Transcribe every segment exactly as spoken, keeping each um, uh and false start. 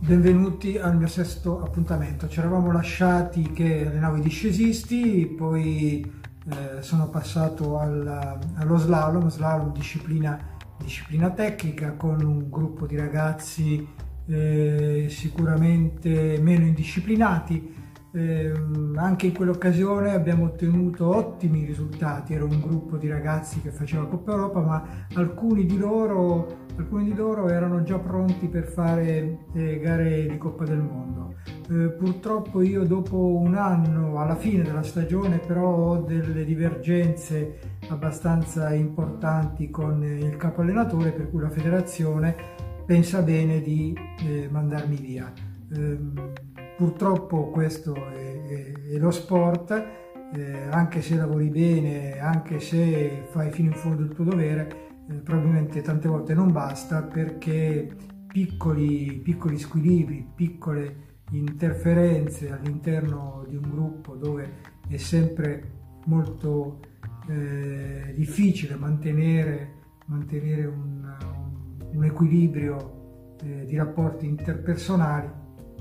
Benvenuti al mio sesto appuntamento. Ci eravamo lasciati che allenavo i discesisti, poi eh, sono passato al, allo slalom, slalom disciplina, disciplina tecnica, con un gruppo di ragazzi eh, sicuramente meno indisciplinati. Eh, anche in quell'occasione abbiamo ottenuto ottimi risultati. Era un gruppo di ragazzi che faceva Coppa Europa, ma alcuni di loro, alcuni di loro erano già pronti per fare eh, gare di Coppa del Mondo. Eh, purtroppo io dopo un anno, alla fine della stagione, però ho delle divergenze abbastanza importanti con il capo allenatore, per cui la federazione pensa bene di eh, mandarmi via. Eh, Purtroppo questo è, è, è lo sport, eh, anche se lavori bene, anche se fai fino in fondo il tuo dovere, eh, probabilmente tante volte non basta, perché piccoli, piccoli squilibri, piccole interferenze all'interno di un gruppo dove è sempre molto eh, difficile mantenere, mantenere un, un, un equilibrio eh, di rapporti interpersonali,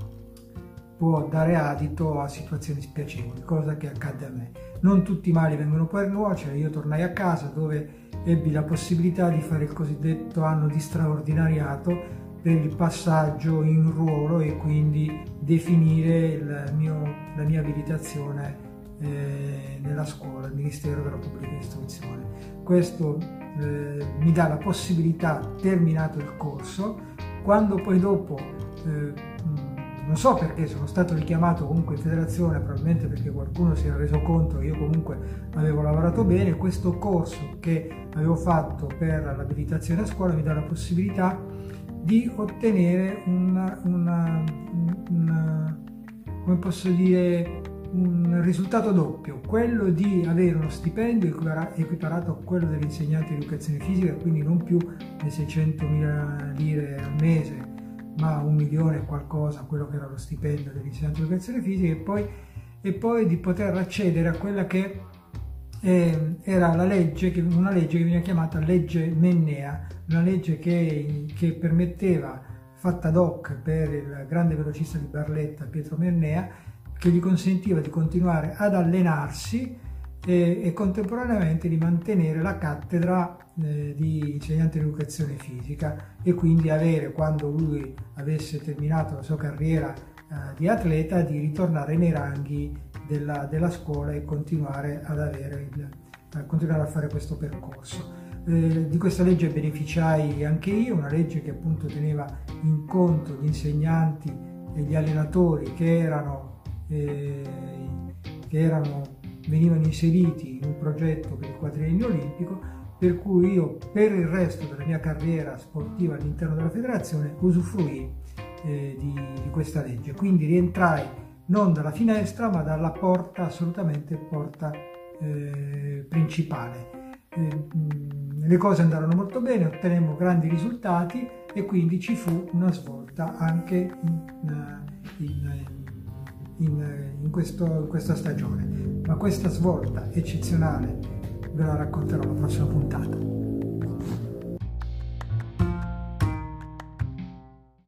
può dare adito a situazioni spiacevoli, cosa che accadde a me. Non tutti i mali vengono per nuocere. Io tornai a casa, dove ebbi la possibilità di fare il cosiddetto anno di straordinariato per il passaggio in ruolo e quindi definire il mio, la mia abilitazione eh, nella scuola, al Ministero della Pubblica Istruzione. Questo eh, mi dà la possibilità, terminato il corso, quando poi dopo eh, non so perché sono stato richiamato comunque in federazione, probabilmente perché qualcuno si era reso conto che io comunque avevo lavorato bene. Questo corso che avevo fatto per l'abilitazione a scuola mi dà la possibilità di ottenere una, una, una, come posso dire, un risultato doppio, quello di avere uno stipendio equiparato a quello dell'insegnante di educazione fisica, quindi non più le seicentomila lire al mese, ma un milione e qualcosa, quello che era lo stipendio dell'insegnante di educazione fisica, e poi, e poi di poter accedere a quella che eh, era la legge, che, una legge che veniva chiamata legge Mennea, una legge che, che permetteva, fatta ad hoc per il grande velocista di Barletta Pietro Mennea, che gli consentiva di continuare ad allenarsi e, e contemporaneamente di mantenere la cattedra eh, di insegnante di educazione fisica, e quindi avere, quando lui avesse terminato la sua carriera eh, di atleta, di ritornare nei ranghi della, della scuola e continuare ad avere il, a continuare a fare questo percorso. Eh, di questa legge beneficiai anche io, una legge che appunto teneva in conto gli insegnanti e gli allenatori che erano, eh, che erano venivano inseriti in un progetto per il quadriennio olimpico, per cui io per il resto della mia carriera sportiva all'interno della federazione usufruì eh, di, di questa legge. Quindi rientrai non dalla finestra, ma dalla porta, assolutamente porta eh, principale. Eh, le cose andarono molto bene, ottenemmo grandi risultati e quindi ci fu una svolta anche in, in, in, in, questo, in questa stagione. Ma questa svolta eccezionale ve la racconterò alla prossima puntata.